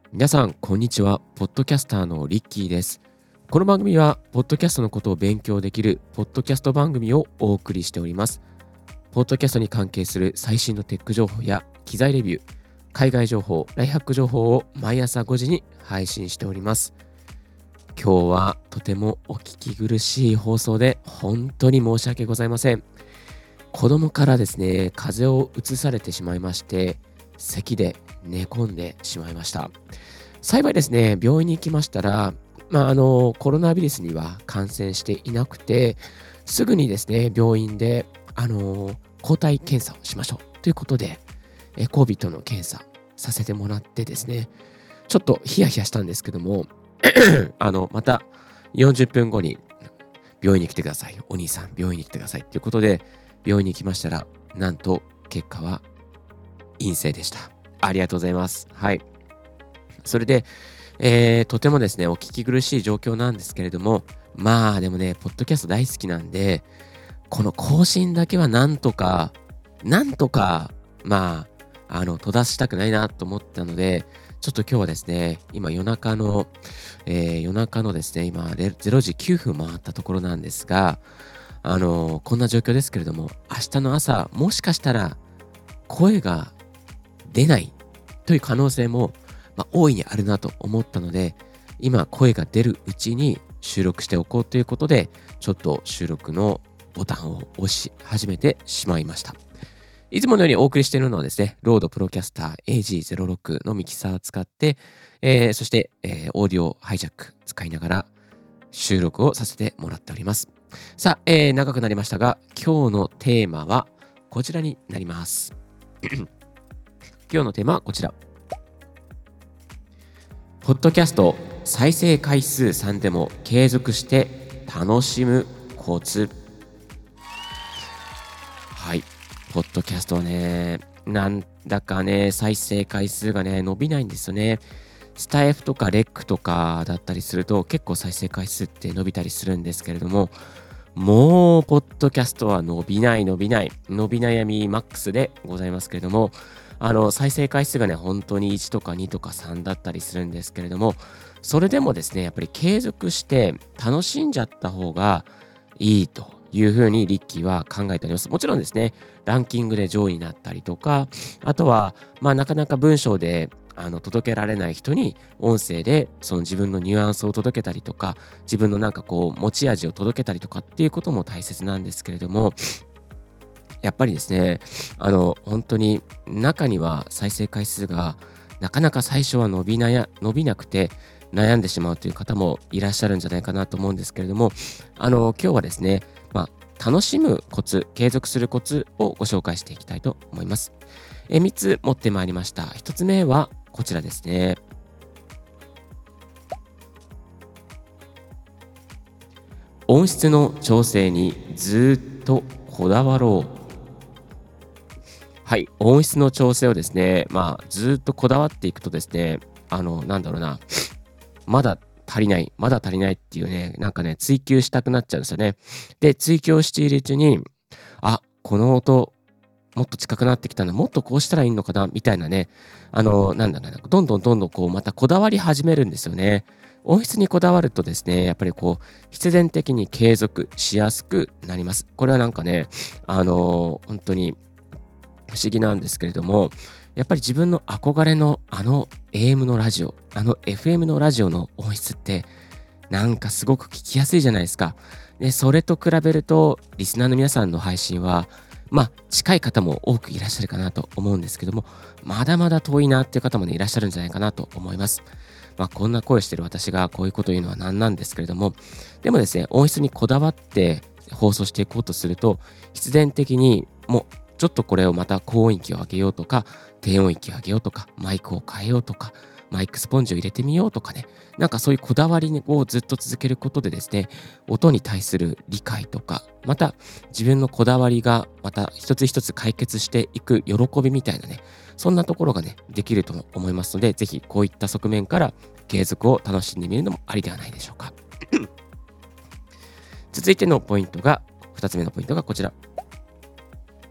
皆さん、こんにちは。ポッドキャスターのリッキーです。この番組は、ポッドキャストのことを勉強できる、ポッドキャスト番組をお送りしております。ポッドキャストに関係する最新のテック情報や機材レビュー、海外情報、ライフハック情報を毎朝5時に配信しております。今日はとてもお聞き苦しい放送で、本当に申し訳ございません。子供からですね、風邪をうつされてしまいまして、咳で寝込んでしまいました。幸いですね、病院に行きましたら、コロナウイルスには感染していなくて、すぐにですね、病院で、抗体検査をしましょうということで、COVID の検査させてもらってですね、ちょっとヒヤヒヤしたんですけども、また40分後に病院に来てください。お兄さん、病院に来てくださいということで、病院に行きましたら、なんと結果は陰性でした。ありがとうございます。はい。それで、とてもですね、お聞き苦しい状況なんですけれども、でもね、ポッドキャスト大好きなんで、この更新だけはなんとか、途絶したくないなと思ったので、ちょっと今日はですね、今夜中のですね、今0時9分回ったところなんですが、こんな状況ですけれども、明日の朝、もしかしたら声が出ないという可能性も、大いにあるなと思ったので、今声が出るうちに収録しておこうということで、ちょっと収録のボタンを押し始めてしまいました。いつものようにお送りしているのはですね、ロードプロキャスター AG06 のミキサーを使って、そして、オーディオハイジャック使いながら収録をさせてもらっております。さあ、長くなりましたが、今日のテーマはこちらになります。今日のテーマはこちら。ポッドキャスト再生回数3でも継続して楽しむコツ。はい。ポッドキャストね、なんだかね、再生回数がね、伸びないんですよね。スタイフとかレックとかだったりすると結構再生回数って伸びたりするんですけれども、もう、ポッドキャストは伸び悩みマックスでございますけれども、再生回数がね、本当に1とか2とか3だったりするんですけれども、それでもですね、やっぱり継続して楽しんじゃった方がいいというふうにリッキーは考えております。もちろんですね、ランキングで上位になったりとか、あとは、なかなか文章で届けられない人に音声でその自分のニュアンスを届けたりとか、自分の持ち味を届けたりとかっていうことも大切なんですけれども、やっぱりですね、本当に中には再生回数がなかなか最初は伸びなくて悩んでしまうという方もいらっしゃるんじゃないかなと思うんですけれども、今日はですね、楽しむコツ、継続するコツをご紹介していきたいと思います。3つ持ってまいりました。1つ目はこちらですね。音質の調整にずっとこだわろう。はい、音質の調整をですね、ずっとこだわっていくとですね、まだまだ足りないっていうね、追求したくなっちゃうんですよね。で、追求しているうちに、この音、もっと近くなってきたな、もっとこうしたらいいのかな、みたいなね、どんどんまたこだわり始めるんですよね。音質にこだわるとですね、やっぱり必然的に継続しやすくなります。これは本当に不思議なんですけれども、やっぱり自分の憧れのAM のラジオ、FM のラジオの音質ってすごく聞きやすいじゃないですか。で、それと比べるとリスナーの皆さんの配信は近い方も多くいらっしゃるかなと思うんですけども、まだまだ遠いなっていう方もねいらっしゃるんじゃないかなと思います。こんな声してる私がこういうこと言うのはなんなんですけれども、でもですね、音質にこだわって放送していこうとすると、必然的にもうちょっとこれをまた高音域を上げようとか、低音域を上げようとか、マイクを変えようとか、マイクスポンジを入れてみようとかね、そういうこだわりをずっと続けることでですね、音に対する理解とか、また自分のこだわりがまた一つ一つ解決していく喜びみたいなね、そんなところがね、できると思いますので、ぜひこういった側面から継続を楽しんでみるのもありではないでしょうか。続いてのポイントが、2つ目のポイントがこちら。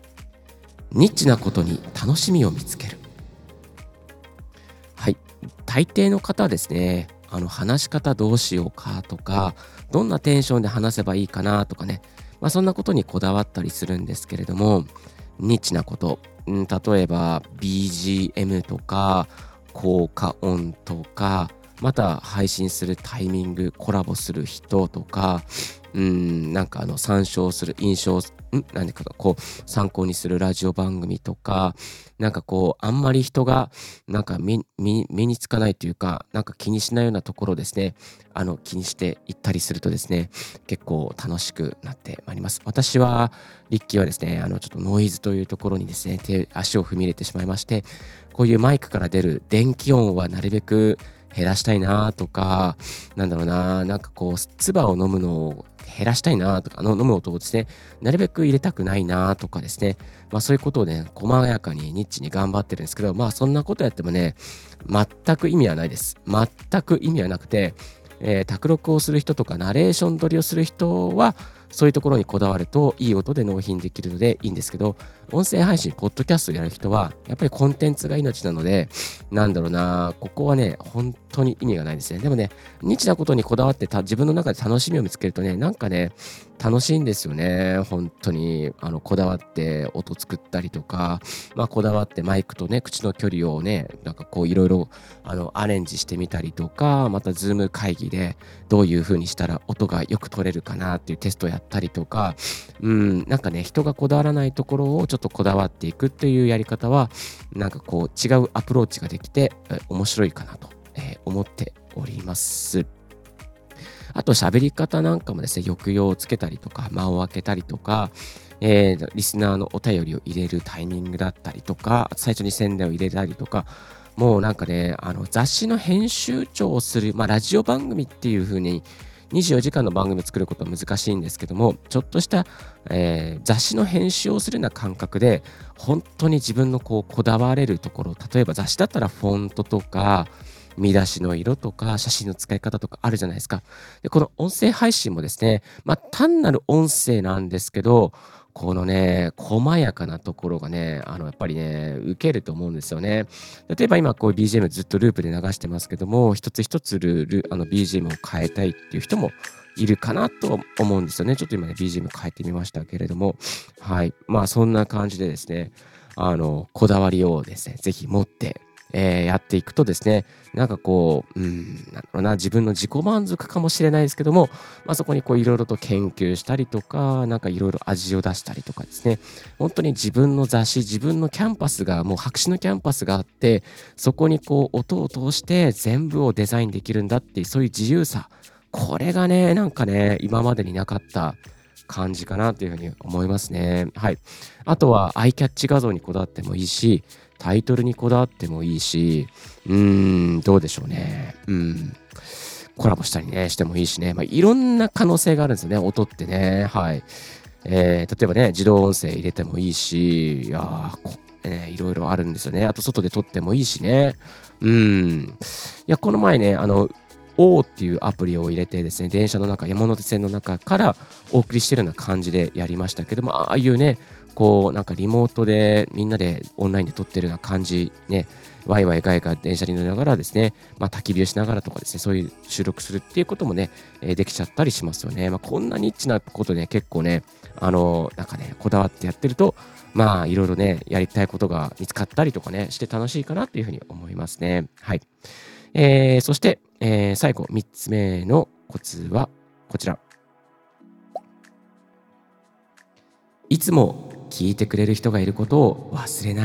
ニッチなことに楽しみを見つける。はい。 大抵の方はですね、話し方どうしようかとか、どんなテンションで話せばいいかなとかね、そんなことにこだわったりするんですけれども、ニッチなこと、例えば BGM とか効果音とか、また配信するタイミング、コラボする人とか、なんか参照する印象、なんでかこう参考にするラジオ番組とか、なんかこうあんまり人がなんか目につかないというか、なんか気にしないようなところをですね、気にしていったりするとですね、結構楽しくなってまいります。私はリッキーはですね、ちょっとノイズというところにですね、足を踏み入れてしまいまして、こういうマイクから出る電気音はなるべく減らしたいなとか、なんだろうな、なんかこう唾を飲むのを減らしたいなとか、飲む音をですね、なるべく入れたくないなとかですね、そういうことをね、細やかにニッチに頑張ってるんですけど、そんなことやってもね、全く意味はないです。全く意味はなくて、卓録をする人とかナレーション撮りをする人はそういうところにこだわるといい音で納品できるのでいいんですけど、音声配信ポッドキャストやる人はやっぱりコンテンツが命なので、なんだろうな、ここはね本当に意味がないですね。でもね、ニッチなことにこだわって自分の中で楽しみを見つけるとね、なんかね楽しいんですよね。本当にこだわって音作ったりとか、こだわってマイクとね口の距離をね、なんかこういろいろアレンジしてみたりとか、またズーム会議でどういう風にしたら音がよく取れるかなっていうテストをやったりとか、なんかね、人がこだわらないところをちょっとこだわっていくっていうやり方は、なんかこう違うアプローチができて面白いかなと思っております。あと喋り方なんかもですね、抑揚をつけたりとか、間を空けたりとか、リスナーのお便りを入れるタイミングだったりとか、最初に宣伝を入れたりとか、もうなんかね、雑誌の編集長をする、ラジオ番組っていう風に、24時間の番組を作ることは難しいんですけども、ちょっとした、雑誌の編集をするような感覚で、本当に自分のこだわれるところ、例えば雑誌だったらフォントとか、見出しの色とか、写真の使い方とかあるじゃないですか。で、この音声配信もですね、単なる音声なんですけど、このね、細やかなところがね、やっぱりね、受けると思うんですよね。例えば今こう BGM ずっとループで流してますけども、一つ一つBGM を変えたいっていう人もいるかなと思うんですよね。ちょっと今ね、BGM 変えてみましたけれども、はい。そんな感じでですね、こだわりをですね、ぜひ持って、やっていくとですね、なんかこう、なんだろうな、自分の自己満足かもしれないですけども、そこにこういろいろと研究したりとか、なんかいろいろ味を出したりとかですね、本当に自分の雑誌、自分のキャンパスが、もう白紙のキャンパスがあって、そこにこう音を通して全部をデザインできるんだっていう、そういう自由さ、これがね、なんかね、今までになかった感じかなというふうに思いますね。はい。あとはアイキャッチ画像にこだわってもいいし、タイトルにこだわってもいいし、どうでしょうね。コラボしたりね、してもいいしね。いろんな可能性があるんですよね、音ってね。はい。例えばね、自動音声入れてもいいし、いやいろいろあるんですよね。あと、外で撮ってもいいしね。いや、この前ね、O っていうアプリを入れてですね、電車の中、山手線の中からお送りしてるような感じでやりましたけども、ああいうね、こう、なんかリモートでみんなでオンラインで撮ってるような感じ、ね、ワイワイガイガイ電車に乗りながらですね、焚き火をしながらとかですね、そういう収録するっていうこともね、できちゃったりしますよね。こんなニッチなことで結構ね、なんかね、こだわってやってると、いろいろね、やりたいことが見つかったりとかね、して楽しいかなっていうふうに思いますね。はい。そして、最後、3つ目のコツはこちら。いつも聞いてくれる人がいることを忘れない。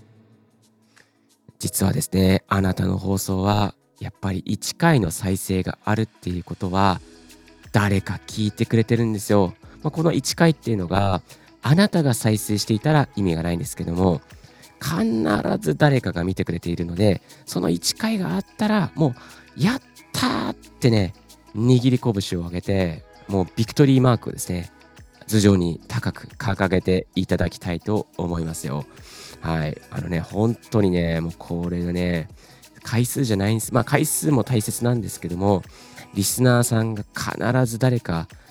実はですね、あなたの放送はやっぱり1回の再生があるっていうことは誰か聞いてくれてるんですよ。この1回っていうのがあなたが再生していたら意味がないんですけども、必ず誰かが見てくれているので、その1回があったらもうやったーってね、握り拳を上げて、もうビクトリーマークをですね、頭上に高く掲げていただきたいと思いますよ。はい。本当にね、もうこれがね、回数じゃないんです。回数も大切なんですけども、リスナーさんが必ず誰か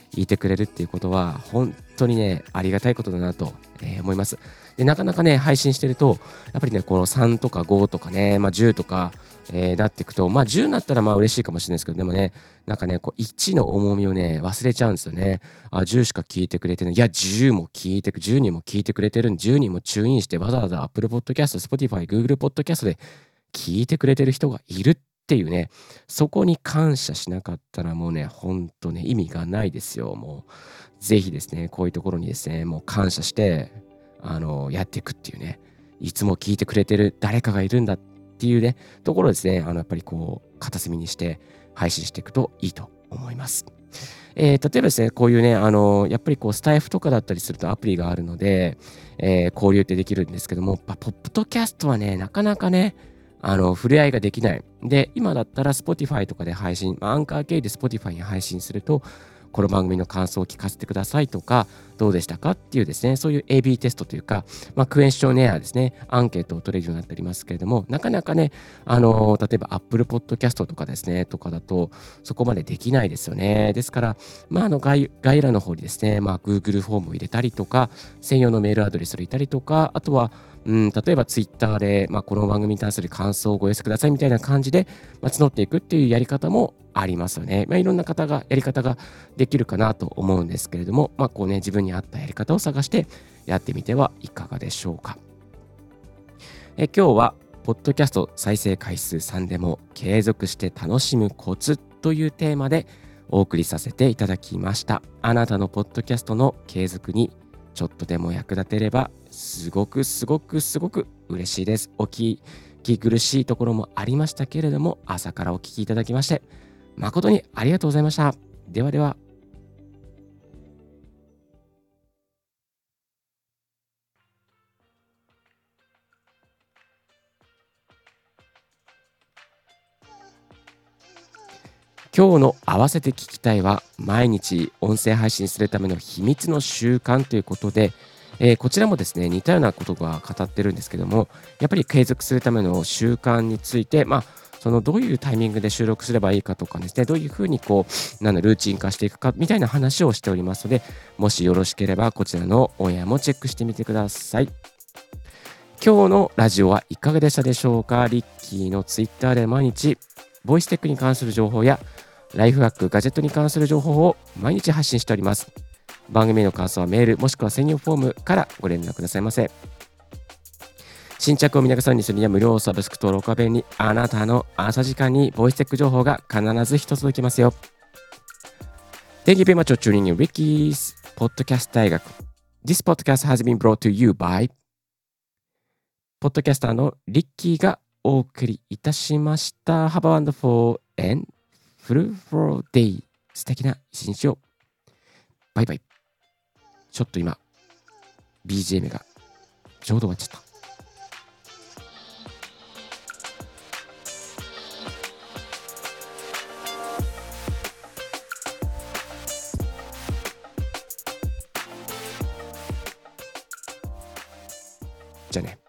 いてくれるっていうことは本当にねありがたいことだなと、思います。でなかなかね配信してるとやっぱりねこの3とか5とかね、10とか、なっていくと10になったら嬉しいかもしれないですけど、でもねなんかねこう1の重みをね忘れちゃうんですよね。10しか聞いてくれてない、いや10も聞いてく10人も聞いてくれてるん、10人もチューインしてわざわざ Apple Podcast、Spotify、Google Podcast で聞いてくれてる人がいるっていうね、そこに感謝しなかったらもうねほんとね意味がないですよ。もうぜひですねこういうところにですねもう感謝してやっていくっていうね、いつも聞いてくれてる誰かがいるんだっていうねところですね、やっぱりこう片隅にして配信していくといいと思います。例えばですねこういうねやっぱりこうスタイフとかだったりするとアプリがあるので、交流ってできるんですけども、ポッドキャストはねなかなかね触れ合いができない。で、今だったら Spotify とかで配信、アンカー経由で Spotify に配信すると、この番組の感想を聞かせてくださいとか、どうでしたかっていうですね、そういう AB テストというか、クエスチョンエアですね、アンケートを取れるようになっておりますけれども、なかなかね、例えば Apple Podcast とかですね、とかだと、そこまでできないですよね。ですから、概要欄の方にですね、Google フォームを入れたりとか、専用のメールアドレスを入れたりとか、あとは、例えばツイッターで、この番組に対する感想をご寄せくださいみたいな感じで、募っていくっていうやり方もありますよね。いろんなやり方ができるかなと思うんですけれども、こうね、自分に合ったやり方を探してやってみてはいかがでしょうか。今日は、ポッドキャスト再生回数3でも継続して楽しむコツというテーマでお送りさせていただきました。あなたのポッドキャストの継続にちょっとでも役立てればすごく嬉しいです。お聞き苦しいところもありましたけれども、朝からお聞きいただきまして誠にありがとうございました。ではでは。今日の合わせて聞きたいは毎日音声配信するための秘密の習慣ということで、こちらもですね似たようなことが語ってるんですけども、やっぱり継続するための習慣について、そのどういうタイミングで収録すればいいかとかですね、どういうふうにこうルーチン化していくかみたいな話をしておりますので、もしよろしければこちらのオンエアもチェックしてみてください。今日のラジオはいかがでしたでしょうか。リッキーのツイッターで毎日ボイステックに関する情報やライフハック、ガジェットに関する情報を毎日発信しております。番組の感想はメールもしくは専用フォームからご連絡くださいませ。新着を見逃さないにするには無料サブスク登録は便利。あなたの朝時間にボイステック情報が必ず一つ届きますよ。Thank you very much for tuning in Ricky's Podcast 大学。This podcast has been brought to you by ポッドキャスターのリッキーがお送りいたしました。Have a wonderful and fruitful day。素敵な一日を。バイバイ。ちょっと今 BGM がちょうど終わっちゃった。じゃあね。